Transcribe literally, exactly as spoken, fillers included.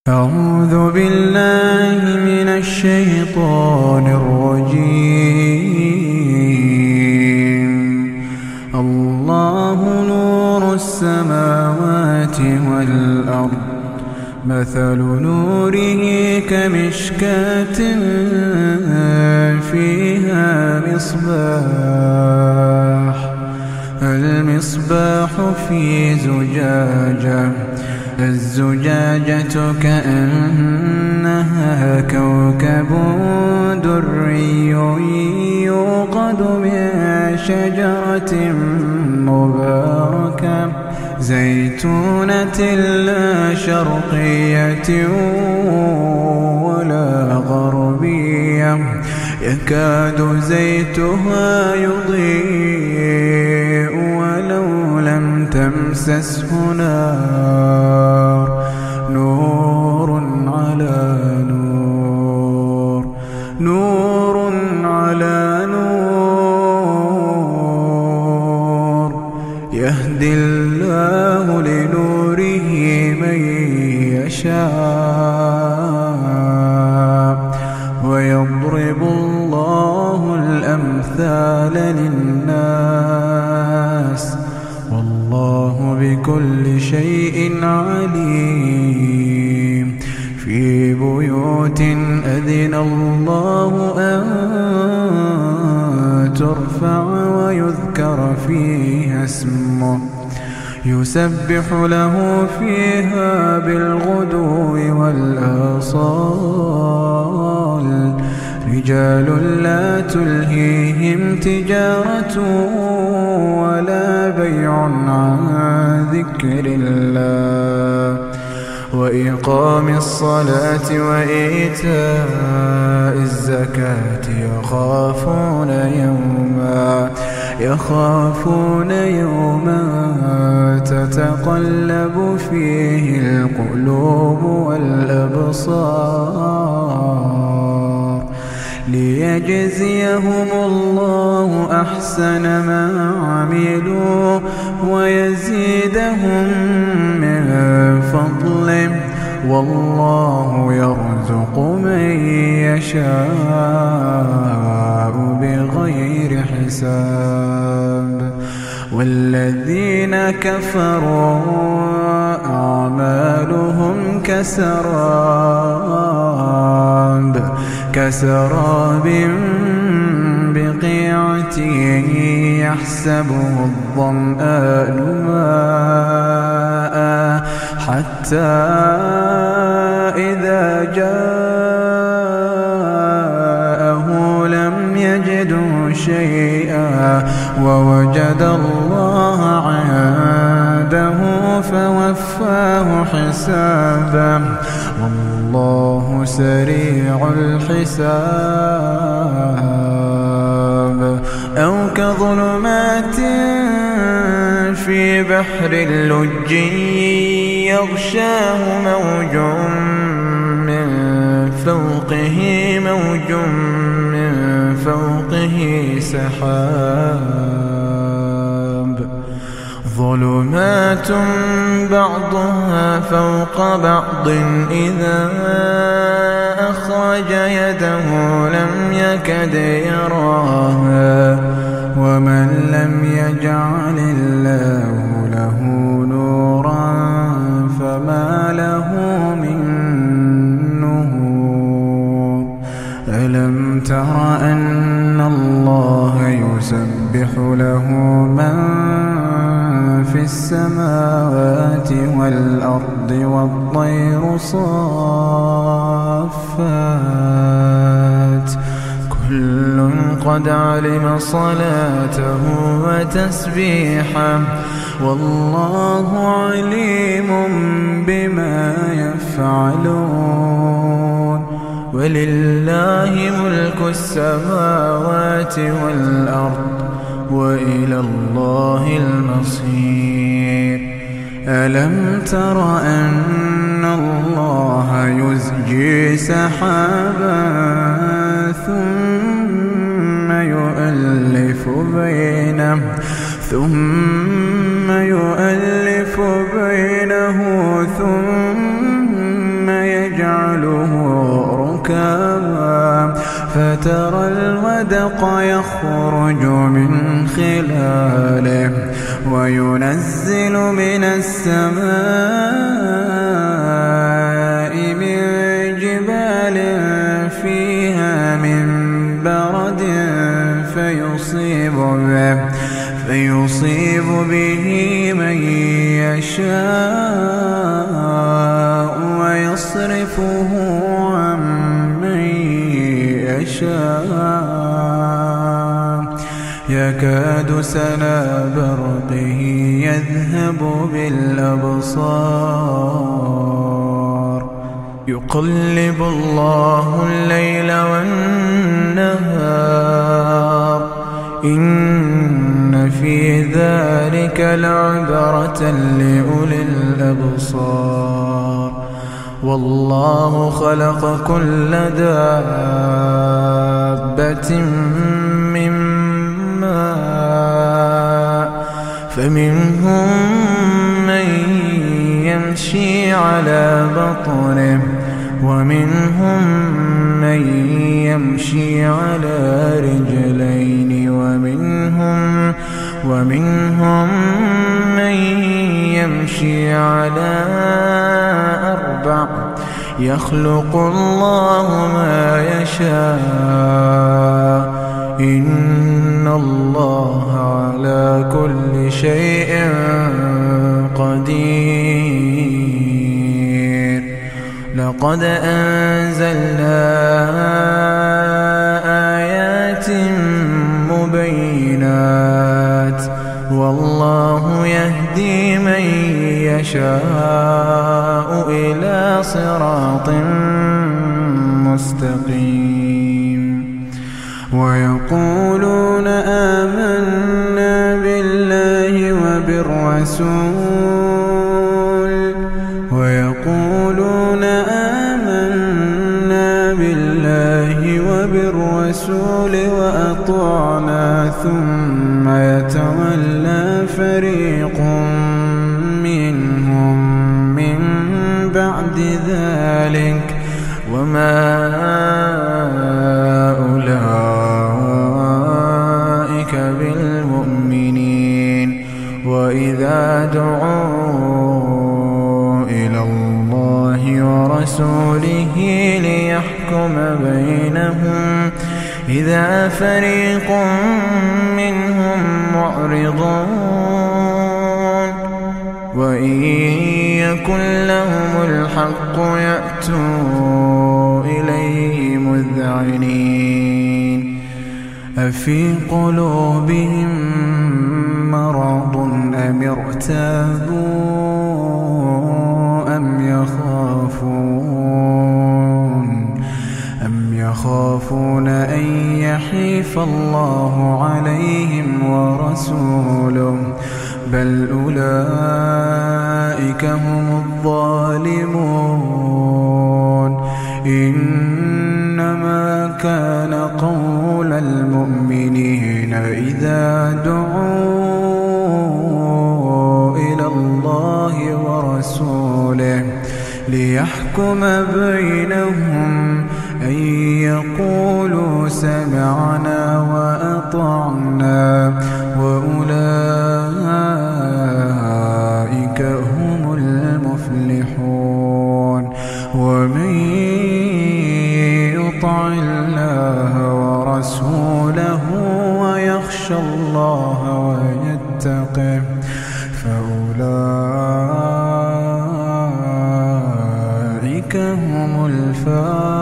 أعوذ بالله من الشيطان الرجيم. الله نور السماوات والأرض، مثل نوره كمشكاة فيها مصباح، المصباح في زجاجة، الزجاجة كأنها كوكب دري يوقد من شجرة مباركة زيتونة لا شرقية ولا غربية، يكاد زيتها يضيء ولو لم تمسسه نار، نور على نور، نور على نور، يهدي الله لنوره من يشاء، ويضرب الله الأمثال للناس، والله بكل شيء عليم. في بيوت أذن الله أن ترفع ويذكر فيها اسمه، يسبح له فيها بالغدو والآصال، رجال لا تلهيهم تجارة ولا بيع عن ذكر الله، وإقام الصلاة وإيتاء الزكاة، يخافون يوما يخافون يوما تتقلب فيه القلوب والأبصار، ليجزيهم الله أحسن ما عملوا ويزيدهم من فضله، والله يرزق من يشاء بغير حساب. والذين كفروا أعمالهم كسراب كسراب بقيعة يحسبه الظمآن ماء، حتى إذا جاءه لم يجده شيئا ووجد الله عنده فوفاه حسابه، والله سريع الحساب. أو كظلمات في بحر اللج يغشاه موج من فوقه موج من فوقه سحاب، ظلمات بعضها فوق بعض إذا أخرج يده لم يكد يراها، ومن لم يجعل الله له نورا فما له من نور. ألم تر أن الله يسبح له من في السماوات والأرض والطير صافات، كل قد علم صلاته وتسبيحه، والله عليم بما يفعلون. ولله ملك السماوات والأرض، وإلى الله المصير. ألم تر أن الله يزجي سحابا ثم يؤلف بينه ثم يؤلف بينه ثم يجعله ركاما فترى الودق يخرج من خلاله وينزل من السماء من جبال فيها من برد فيصيب به, فيصيب به من يشاء ويصرفه عن من يشاء يكاد سنا برقه يذهب بالأبصار يقلب الله الليل والنهار إن في ذلك لعبرة لأولي الأبصار والله خلق كل دابة من ماء فمنهم من يمشي على بطنه ومنهم من يمشي على رجلين ومنهم ومنهم من يمشي على أربع يخلق الله ما يشاء إن الله على كل شيء قدير لقد أنزلنا آيات مبينات والله يهدي من يشاء إلى صراط مستقيم ويقولون آمنا بالله وبالرسول ويقولون آمنا بالله وبالرسول وأطعنا ثم يتولى فريق منهم من بعد ذلك وما أولئك بالمؤمنين وإذا دعوا إلى الله ورسوله ليحكم بينهم إذا فريق منهم معرضون وإن يكن لهم الحق يأتوا إليه مذعنين أفي قلوبهم مرض أم ارتابوا أم يخافون أم يخافون أن يحيف الله عليهم ورسوله بل أولئك هم الظالمون إنما كان قول المؤمنين إذا دعوا إلى الله ورسوله ليحكم بينهم أن يقولوا سمعنا وأطعنا وأولئك هم المفلحون ومن يطع الله ورسوله ويخشى الله ويتقه فأولئك هم الفائزون.